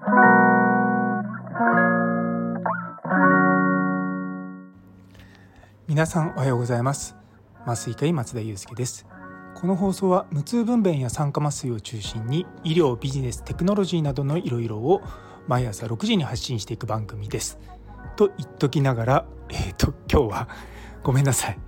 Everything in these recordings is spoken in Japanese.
皆さんおはようございます。麻酔科医松田祐介です。この放送は無痛分娩や酸化麻酔を中心に医療、ビジネス、テクノロジーなどのいろいろを毎朝6時に発信していく番組です。と言っときながら、今日はごめんなさい。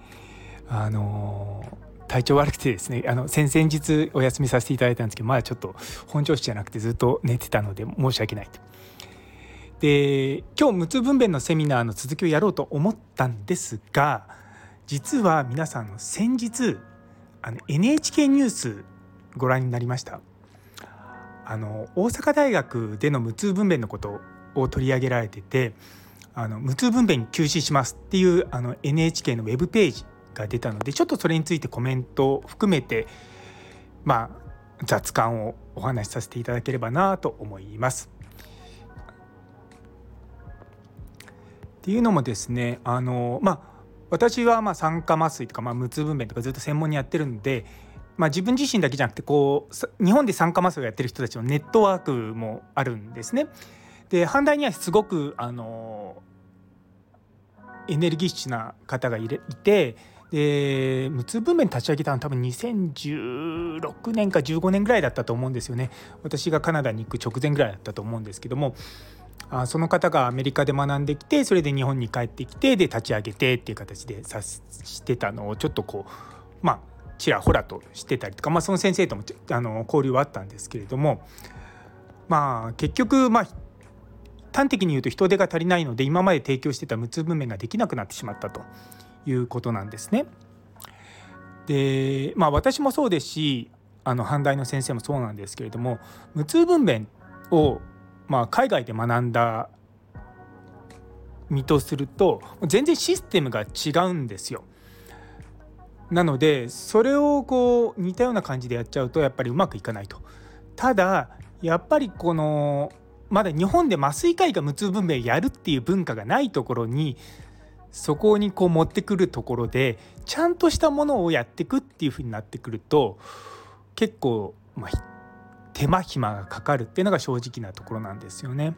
体調悪くてですね、先々日お休みさせていただいたんですけど、まだちょっと本調子じゃなくてずっと寝てたので申し訳ないと。で、今日無痛分娩のセミナーの続きをやろうと思ったんですが、実は皆さん先日NHK ニュースご覧になりました？大阪大学での無痛分娩のことを取り上げられてて、無痛分娩休止しますっていう NHK のウェブページが出たので、ちょっとそれについてコメントを含めて、雑感をお話しさせていただければなと思います。っていうのもですね、私は酸化麻酔とか無痛分娩とかずっと専門にやってるんで、自分自身だけじゃなくて日本で酸化麻酔をやってる人たちのネットワークもあるんですね。で、阪大にはすごくエネルギッシュな方がいて、で無痛分娩立ち上げたのは多分2016年か15年ぐらいだったと思うんですよね。私がカナダに行く直前ぐらいだったと思うんですけども、その方がアメリカで学んできて、それで日本に帰ってきて、で立ち上げてっていう形でしてたのをちょっとちらほらとしてたりとか、その先生とも交流はあったんですけれども、結局端的に言うと人手が足りないので、今まで提供してた無痛分娩ができなくなってしまったということなんですね。で、私もそうですし、阪大の先生もそうなんですけれども、無痛分娩を海外で学んだ身とすると全然システムが違うんですよ。なのでそれを似たような感じでやっちゃうとやっぱりうまくいかないと。ただやっぱりまだ日本で麻酔科医が無痛分娩やるっていう文化がないところに、そこに持ってくるところでちゃんとしたものをやっていくっていう風になってくると、結構手間暇がかかるっていうのが正直なところなんですよね。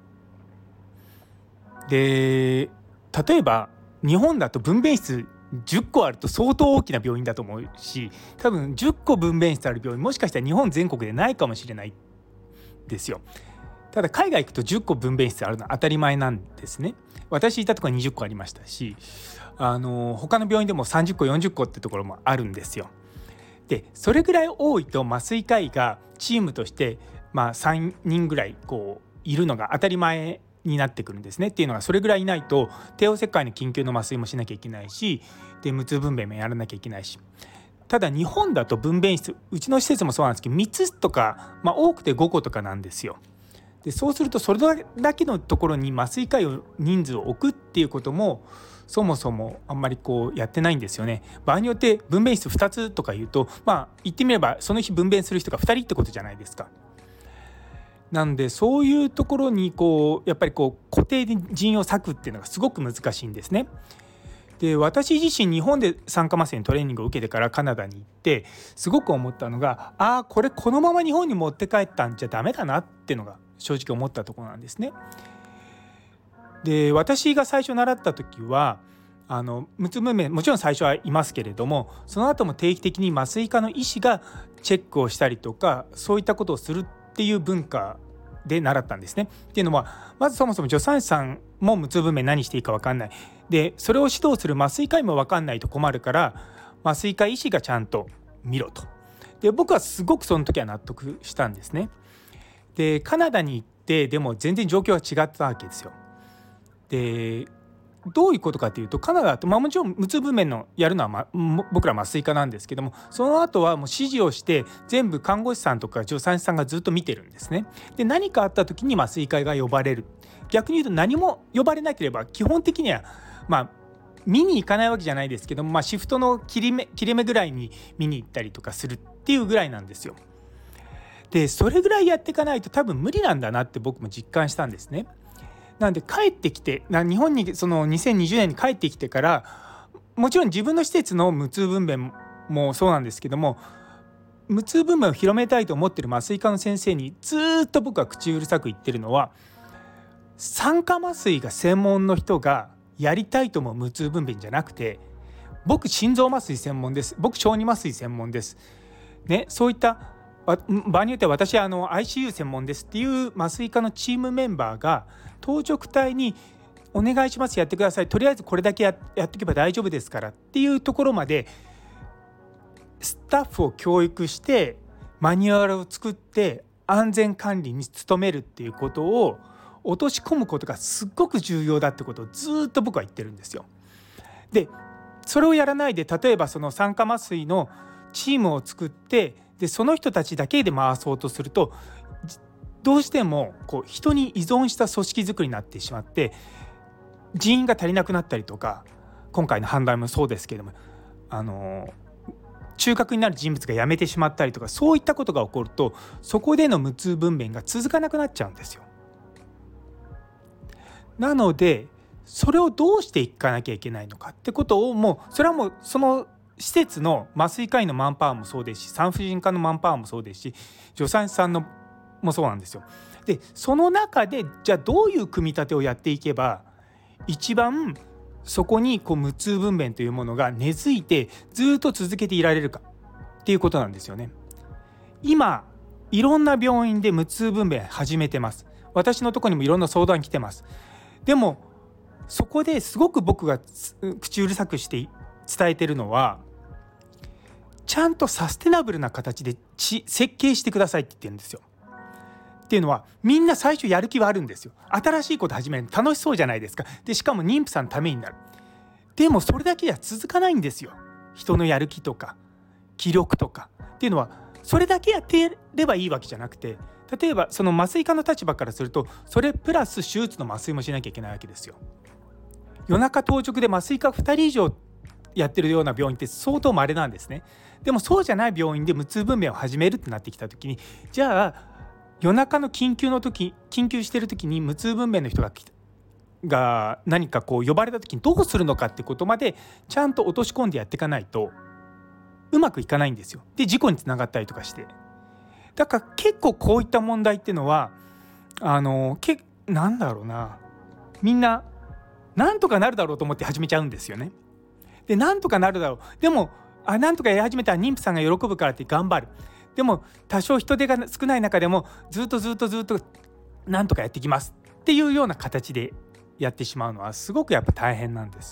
で、例えば日本だと分娩室10個あると相当大きな病院だと思うし、多分10個分娩室ある病院もしかしたら日本全国でないかもしれないですよ。ただ海外行くと10個分娩室あるのは当たり前なんですね。私いたところは20個ありましたし、他の病院でも30個40個ってところもあるんですよ。でそれぐらい多いと麻酔科医がチームとして3人ぐらいいるのが当たり前になってくるんですね。っていうのは、それぐらいいないと帝王切開の緊急の麻酔もしなきゃいけないし、で無痛分娩もやらなきゃいけないし。ただ日本だと分娩室、うちの施設もそうなんですけど3つとか、多くて5個とかなんですよ。でそうするとそれだけのところに麻酔科医を人数を置くっていうこともそもそもあんまりやってないんですよね。場合によって分娩室2つとか言うと、言ってみればその日分娩する人が2人ってことじゃないですか。なんでそういうところにやっぱり固定で人員を割くっていうのがすごく難しいんですね。で私自身日本で酸化麻酔のトレーニングを受けてからカナダに行ってすごく思ったのが、このまま日本に持って帰ったんじゃダメだなっていうのが正直思ったところなんですね。で私が最初習った時は無痛分娩もちろん最初はいますけれども、その後も定期的に麻酔科の医師がチェックをしたりとか、そういったことをするっていう文化で習ったんですね。っていうのは、まずそもそも助産師さんも無痛分娩何していいか分かんない。でそれを指導する麻酔科医も分かんないと困るから、麻酔科医師がちゃんと見ろと。で僕はすごくその時は納得したんですね。でカナダに行ってでも全然状況が違ったわけですよ。でどういうことかというと、カナダだと、もちろん無痛分娩のやるのは、僕ら麻酔科なんですけども、その後はもう指示をして全部看護師さんとか助産師さんがずっと見てるんですね。で何かあった時に麻酔科医が呼ばれる。逆に言うと何も呼ばれなければ基本的には見に行かないわけじゃないですけども、シフトの切れ目ぐらいに見に行ったりとかするっていうぐらいなんですよ。でそれぐらいやっていかないと多分無理なんだなって僕も実感したんですね。なんで帰ってきて日本にその2020年に帰ってきてから、もちろん自分の施設の無痛分娩もそうなんですけども、 無痛分娩を広めたいと思っている麻酔科の先生にずっと僕は口うるさく言ってるのは、酸化麻酔が専門の人がやりたいと思う無痛分娩じゃなくて、僕心臓麻酔専門です、僕小児麻酔専門です、ね、そういった場合によっては私はICU 専門ですっていう麻酔科のチームメンバーが当直隊にお願いします、やってください、とりあえずこれだけやっておけば大丈夫ですからっていうところまでスタッフを教育してマニュアルを作って安全管理に努めるっていうことを落とし込むことがすっごく重要だってことをずっと僕は言ってるんですよ。でそれをやらないで、例えばその酸化麻酔のチームを作ってでその人たちだけで回そうとすると、どうしても人に依存した組織づくりになってしまって人員が足りなくなったりとか、今回の判断もそうですけれども中核になる人物が辞めてしまったりとか、そういったことが起こるとそこでの無痛分娩が続かなくなっちゃうんですよ。なのでそれをどうしていかなきゃいけないのかってことを、それはもうその施設の麻酔科医のマンパワーもそうですし、産婦人科のマンパワーもそうですし、助産師さんのもそうなんですよ。でその中でじゃあどういう組み立てをやっていけば一番そこに無痛分娩というものが根付いてずっと続けていられるかっていうことなんですよね。今いろんな病院で無痛分娩始めてます。私のところにもいろんな相談来てます。でもそこですごく僕が口うるさくして伝えてるのは、ちゃんとサステナブルな形で設計してくださいって言ってるんですよ。っていうのは、みんな最初やる気はあるんですよ。新しいこと始めるの楽しそうじゃないですか。でしかも妊婦さんのためになる。でもそれだけじゃ続かないんですよ。人のやる気とか気力とかっていうのはそれだけやってればいいわけじゃなくて、例えばその麻酔科の立場からするとそれプラス手術の麻酔もしなきゃいけないわけですよ。夜中当直で麻酔科2人以上やってるような病院って相当稀なんですね。でもそうじゃない病院で無痛分娩を始めるってなってきた時に、じゃあ夜中の緊急してる時に無痛分娩の人が何か呼ばれた時にどうするのかってことまでちゃんと落とし込んでやっていかないとうまくいかないんですよ。で事故につながったりとかして、だから結構こういった問題っていうのはなんだろうな、みんななんとかなるだろうと思って始めちゃうんですよね。でなんとかなるだろう、でもなんとかやり始めたら妊婦さんが喜ぶからって頑張る。でも多少人手が少ない中でもずっとなんとかやっていきますっていうような形でやってしまうのはすごくやっぱ大変なんです。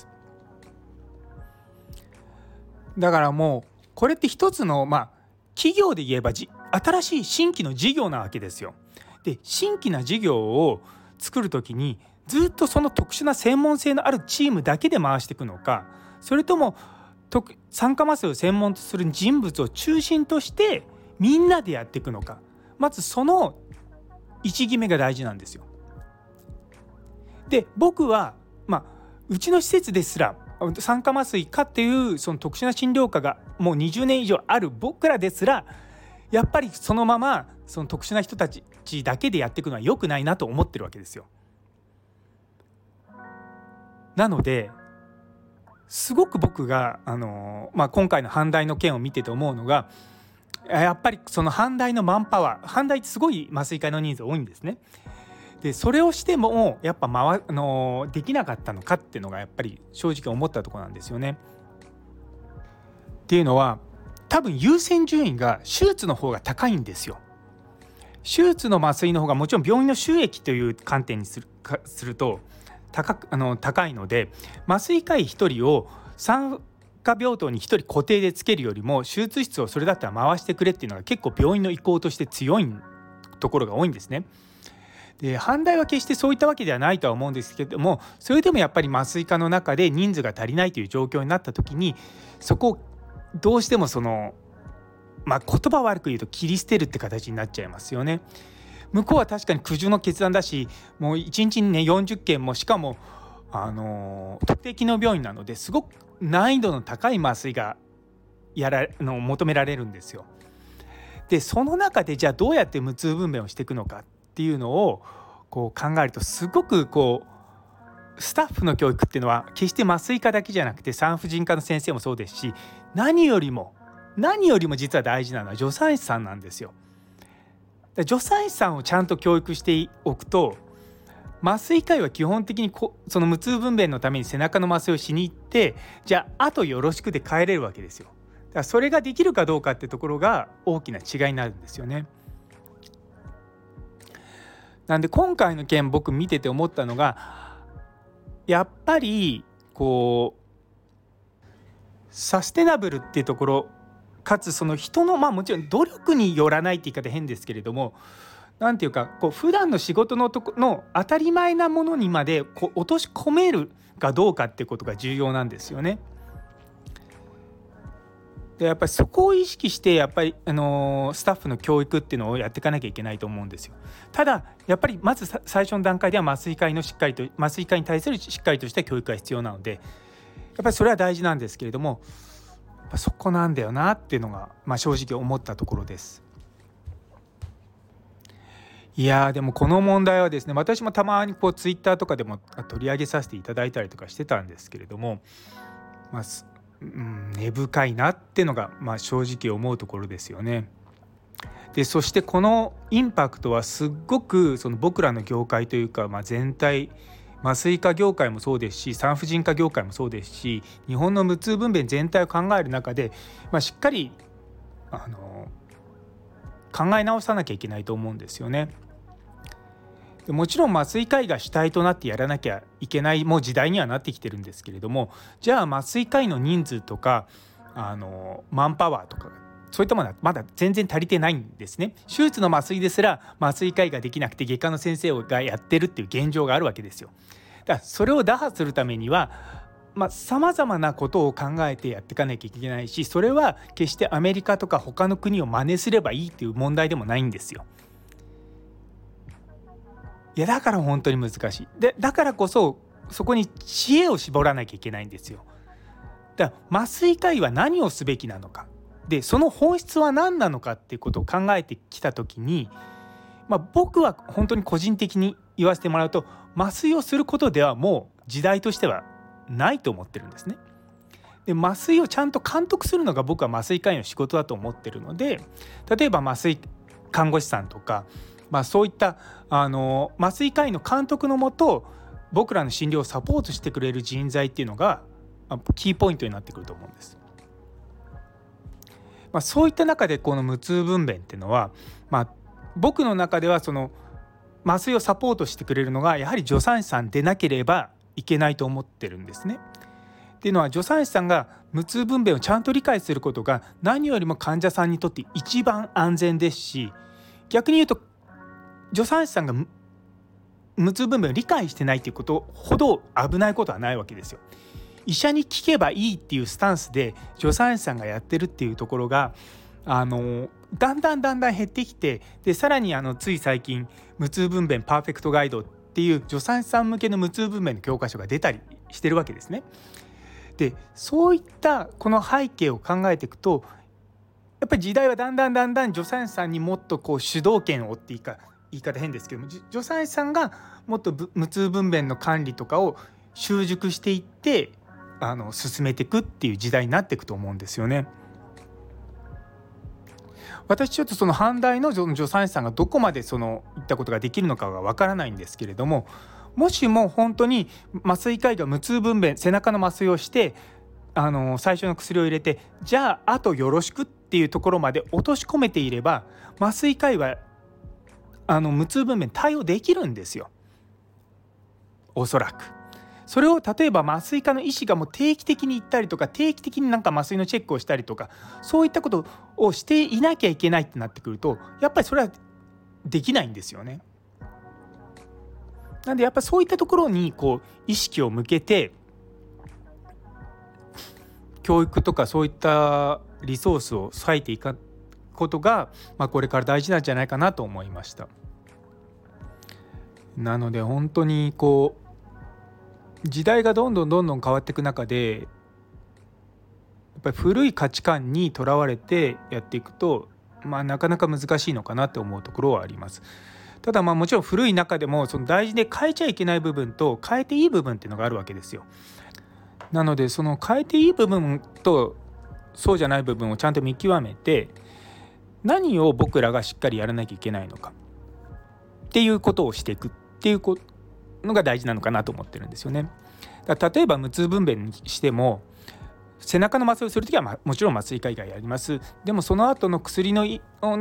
だからもうこれって一つの企業で言えば新しい新規の事業なわけですよ。で新規な事業を作るときにずっとその特殊な専門性のあるチームだけで回していくのか、それとも酸化麻酔を専門とする人物を中心としてみんなでやっていくのか、まずその位置決めが大事なんですよ。で僕はうちの施設ですら酸化麻酔科っていうその特殊な診療科がもう20年以上ある僕らですら、やっぱりそのままその特殊な人たちだけでやっていくのは良くないなと思ってるわけですよ。なのですごく僕が今回の阪大の件を見てて思うのが、やっぱりその阪大のマンパワー、阪大ってすごい麻酔科の人数多いんですね。でそれをしてもやっぱできなかったのかっていうのがやっぱり正直思ったところなんですよね。っていうのは多分優先順位が手術の方が高いんですよ。手術の麻酔の方がもちろん病院の収益という観点にすると高いので、麻酔科医1人を産科病棟に1人固定でつけるよりも手術室をそれだったら回してくれっていうのが結構病院の意向として強いところが多いんですね。で阪大は決してそういったわけではないとは思うんですけども、それでもやっぱり麻酔科の中で人数が足りないという状況になった時に、そこをどうしても言葉悪く言うと切り捨てるって形になっちゃいますよね。向こうは確かに苦渋の決断だし、もう1日にね40件も、しかも特定機能病院なのですごく難易度の高い麻酔が求められるんですよ。でその中でじゃあどうやって無痛分娩をしていくのかっていうのを考えると、すごくスタッフの教育っていうのは決して麻酔科だけじゃなくて産婦人科の先生もそうですし、何よりも何よりも実は大事なのは助産師さんなんですよ。助産師さんをちゃんと教育しておくと、麻酔科医は基本的にその無痛分娩のために背中の麻酔をしに行って、じゃああとよろしくで帰れるわけですよ。だからそれができるかどうかってところが大きな違いになるんですよね。なんで今回の件僕見てて思ったのが、やっぱりサステナブルっていうところ、かつその人のもちろん努力によらないって言い方変ですけれども、なんていうか普段の仕事の当たり前なものにまで落とし込めるかどうかっていうことが重要なんですよね。でやっぱりそこを意識してやっぱり、スタッフの教育っていうのをやっていかなきゃいけないと思うんですよ。ただやっぱりまず最初の段階では麻酔科に対するしっかりとした教育が必要なので、やっぱりそれは大事なんですけれども、そこなんだよなっていうのが、正直思ったところです。いやでもこの問題はですね、私もたまにツイッターとかでも取り上げさせていただいたりとかしてたんですけれども、根深いなっていうのが、正直思うところですよね。でそしてこのインパクトはすっごくその僕らの業界というか、全体麻酔科業界もそうですし、産婦人科業界もそうですし、日本の無痛分娩全体を考える中で、しっかり考え直さなきゃいけないと思うんですよね。もちろん麻酔科医が主体となってやらなきゃいけないもう時代にはなってきてるんですけれども、じゃあ麻酔科医の人数とかマンパワーとかそういったものはまだ全然足りてないんですね。手術の麻酔ですら麻酔科医ができなくて外科の先生がやってるっていう現状があるわけですよ。だからそれを打破するためにはさまざまなことを考えてやっていかなきゃいけないし、それは決してアメリカとか他の国を真似すればいいっていう問題でもないんですよ。いやだから本当に難しい。だからこそそこに知恵を絞らなきゃいけないんですよ。だから麻酔科医は何をすべきなのか、でその本質は何なのかっていうことを考えてきたときに、僕は本当に個人的に言わせてもらうと、麻酔をすることではもう時代としてはないと思ってるんですね。で麻酔をちゃんと監督するのが僕は麻酔科医の仕事だと思ってるので、例えば麻酔看護師さんとか、そういった麻酔科医の監督のもと僕らの診療をサポートしてくれる人材っていうのがキーポイントになってくると思うんです。そういった中でこの無痛分娩っていうのは、僕の中ではその麻酔をサポートしてくれるのがやはり助産師さんでなければいけないと思ってるんですね。っていうのは助産師さんが無痛分娩をちゃんと理解することが何よりも患者さんにとって一番安全ですし、逆に言うと助産師さんが無痛分娩を理解してないということほど危ないことはないわけですよ。医者に聞けばいいっていうスタンスで助産師さんがやってるっていうところがだんだん減ってきて、でさらについ最近無痛分娩パーフェクトガイドっていう助産師さん向けの無痛分娩の教科書が出たりしてるわけですね。でそういったこの背景を考えていくと、やっぱり時代はだんだん助産師さんにもっと主導権をって言い方変ですけども、助産師さんがもっと無痛分娩の管理とかを習熟していって進めていくっていう時代になっていくと思うんですよね。私ちょっとその阪大の助産師さんがどこまでいったことができるのかがわからないんですけれども、もしも本当に麻酔科医が無痛分娩背中の麻酔をして最初の薬を入れて、じゃああとよろしくっていうところまで落とし込めていれば、麻酔科医は無痛分娩対応できるんですよ、おそらく。それを例えば麻酔科の医師がもう定期的に行ったりとか、定期的に麻酔のチェックをしたりとか、そういったことをしていなきゃいけないってなってくると、やっぱりそれはできないんですよね。なんでやっぱりそういったところに意識を向けて教育とかそういったリソースを割いていくことが、これから大事なんじゃないかなと思いました。なので本当に時代がどんどん変わっていく中で、やっぱり古い価値観にとらわれてやっていくと、なかなか難しいのかなと思うところはあります。ただもちろん古い中でもその大事で変えちゃいけない部分と変えていい部分っていうのがあるわけですよ。なのでその変えていい部分とそうじゃない部分をちゃんと見極めて、何を僕らがしっかりやらなきゃいけないのかっていうことをしていくっていうのが大事なのかなと思ってるんですよね。だから例えば無痛分娩にしても、背中の麻酔をするときはもちろん麻酔科医がやります。でもその後の薬の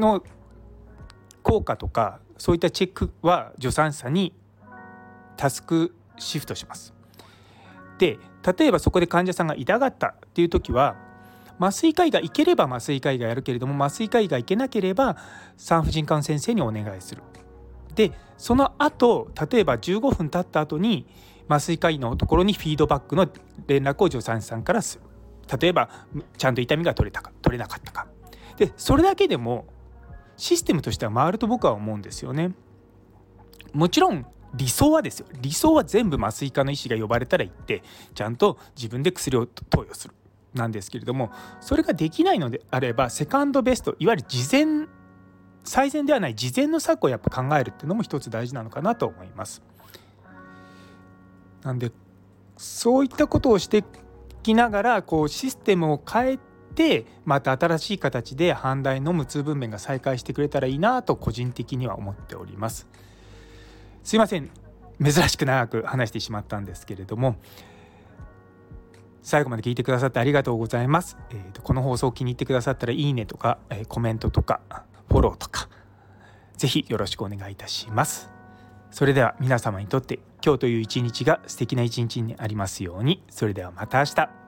効果とかそういったチェックは助産師さんにタスクシフトします。で、例えばそこで患者さんが痛がったっていう時は、麻酔科医が行ければ麻酔科医がやるけれども、麻酔科医が行けなければ産婦人科の先生にお願いする。でその後、例えば15分経った後に麻酔科医のところにフィードバックの連絡を助産師さんからする。例えばちゃんと痛みが取れたか取れなかったかで、それだけでもシステムとしては回ると僕は思うんですよね。もちろん理想はですよ、理想は全部麻酔科の医師が呼ばれたら行ってちゃんと自分で薬を投与するなんですけれども、それができないのであればセカンドベスト、いわゆる最善ではない事前の策をやっぱ考えるっていうのも一つ大事なのかなと思います。なんでそういったことをしていきながらシステムを変えて、また新しい形で阪大の無痛分娩が再開してくれたらいいなと個人的には思っております。すいません、珍しく長く話してしまったんですけれども、最後まで聞いてくださってありがとうございます。この放送を気に入ってくださったらいいねとか、コメントとかフォローとかぜひよろしくお願いいたします。それでは皆様にとって今日という一日が素敵な一日にありますように。それではまた明日。